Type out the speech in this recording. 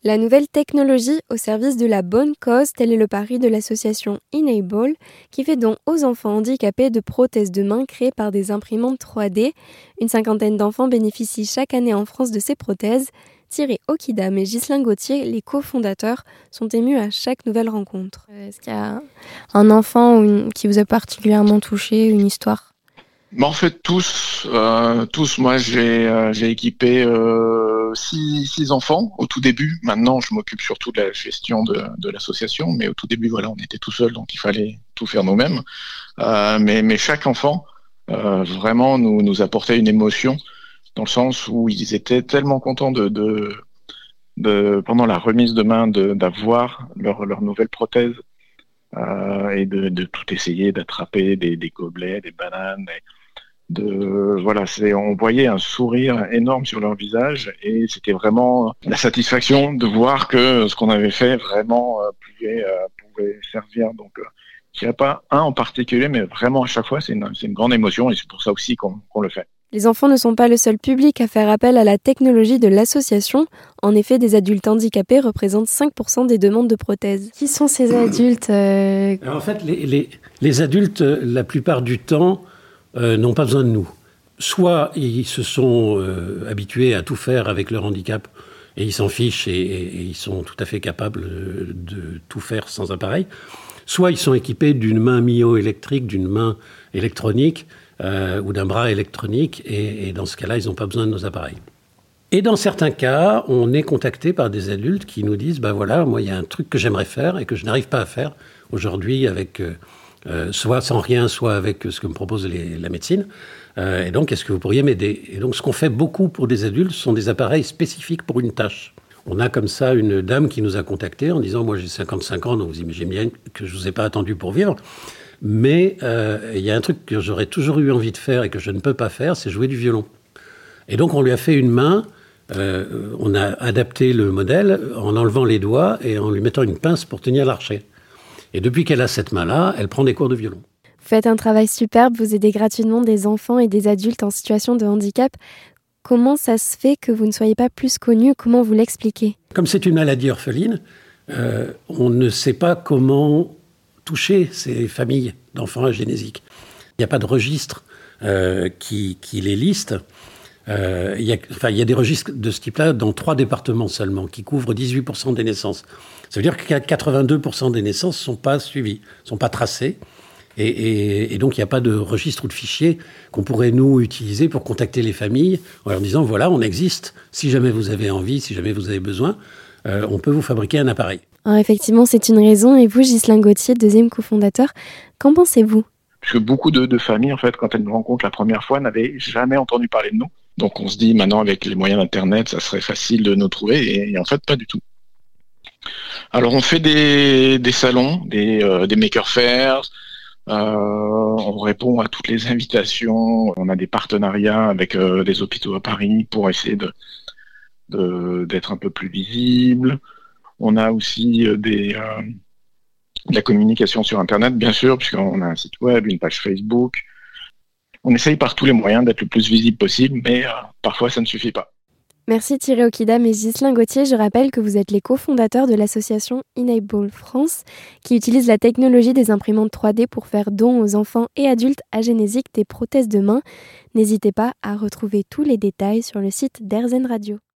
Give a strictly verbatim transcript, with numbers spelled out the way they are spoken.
La nouvelle technologie au service de la bonne cause, tel est le pari de l'association Enable, qui fait don aux enfants handicapés de prothèses de main créées par des imprimantes trois D. Une cinquantaine d'enfants bénéficient chaque année en France de ces prothèses. Thierry Okidam et Ghislain Gauthier, les cofondateurs, sont émus à chaque nouvelle rencontre. Est-ce qu'il y a un enfant ou une, qui vous a particulièrement touché, une histoire ? Bah en fait tous, euh, tous. Moi j'ai euh, j'ai équipé euh, six six enfants au tout début. Maintenant je m'occupe surtout de la gestion de de l'association, mais au tout début voilà on était tout seul donc il fallait tout faire nous-mêmes. Euh, mais mais chaque enfant euh, vraiment nous nous apportait une émotion dans le sens où ils étaient tellement contents de de, de pendant la remise de main de d'avoir leur leur nouvelle prothèse euh, et de de tout essayer d'attraper des des gobelets, des bananes. Des, de voilà, c'est on voyait un sourire énorme sur leur visage et c'était vraiment la satisfaction de voir que ce qu'on avait fait vraiment euh, pouvait euh, pouvait servir. Donc euh, je dirais pas un en particulier, mais vraiment à chaque fois c'est une c'est une grande émotion et c'est pour ça aussi qu'on qu'on le fait. Les enfants ne sont pas le seul public à faire appel à la technologie de l'association. En effet, des adultes handicapés représentent cinq pour cent des demandes de prothèses. Qui sont ces adultes euh... Alors en fait, les, les, les adultes, la plupart du temps, euh, n'ont pas besoin de nous. Soit ils se sont euh, habitués à tout faire avec leur handicap et ils s'en fichent et, et, et ils sont tout à fait capables de tout faire sans appareil. Soit ils sont équipés d'une main myo-électrique, d'une main électronique, Euh, ou d'un bras électronique, et, et dans ce cas-là, ils n'ont pas besoin de nos appareils. Et dans certains cas, on est contacté par des adultes qui nous disent, ben voilà, moi, il y a un truc que j'aimerais faire et que je n'arrive pas à faire aujourd'hui, avec euh, euh, soit sans rien, soit avec ce que me propose les, la médecine. Euh, et donc, est-ce que vous pourriez m'aider ? Et donc, ce qu'on fait beaucoup pour des adultes, ce sont des appareils spécifiques pour une tâche. On a comme ça une dame qui nous a contactés en disant, moi, j'ai cinquante-cinq ans, donc vous imaginez bien que je ne vous ai pas attendu pour vivre. Mais euh, il y a un truc que j'aurais toujours eu envie de faire et que je ne peux pas faire, c'est jouer du violon. Et donc on lui a fait une main, euh, on a adapté le modèle en enlevant les doigts et en lui mettant une pince pour tenir l'archet. Et depuis qu'elle a cette main-là, elle prend des cours de violon. Vous faites un travail superbe, vous aidez gratuitement des enfants et des adultes en situation de handicap. Comment ça se fait que vous ne soyez pas plus connu ? Comment vous l'expliquez ? Comme c'est une maladie orpheline, euh, on ne sait pas comment toucher ces familles d'enfants agénésiques. Il n'y a pas de registre euh, qui, qui les liste. Euh, il, y a, enfin, il y a des registres de ce type-là dans trois départements seulement, qui couvrent dix-huit pour cent des naissances. Ça veut dire que quatre-vingt-deux pour cent des naissances ne sont pas suivies, ne sont pas tracées. Et, et, et donc, il n'y a pas de registre ou de fichier qu'on pourrait, nous, utiliser pour contacter les familles en leur disant, voilà, on existe. Si jamais vous avez envie, si jamais vous avez besoin, euh, on peut vous fabriquer un appareil. Alors effectivement, c'est une raison. Et vous, Ghislain Gauthier, deuxième cofondateur, qu'en pensez-vous ? Parce que beaucoup de, de familles, en fait, quand elles nous rencontrent la première fois, n'avaient jamais entendu parler de nous. Donc on se dit, maintenant, avec les moyens d'Internet, ça serait facile de nous trouver. Et, et en fait, pas du tout. Alors on fait des, des salons, des, euh, des maker fairs. Euh, on répond à toutes les invitations. On a des partenariats avec euh, des hôpitaux à Paris pour essayer de, de, d'être un peu plus visible. On a aussi des, euh, de la communication sur Internet, bien sûr, puisqu'on a un site web, une page Facebook. On essaye par tous les moyens d'être le plus visible possible, mais euh, parfois ça ne suffit pas. Merci Thierry Okidam et Ghislain Gauthier. Je rappelle que vous êtes les cofondateurs de l'association Enable France, qui utilise la technologie des imprimantes trois D pour faire don aux enfants et adultes agénésiques des prothèses de main. N'hésitez pas à retrouver tous les détails sur le site d'Airzen Radio.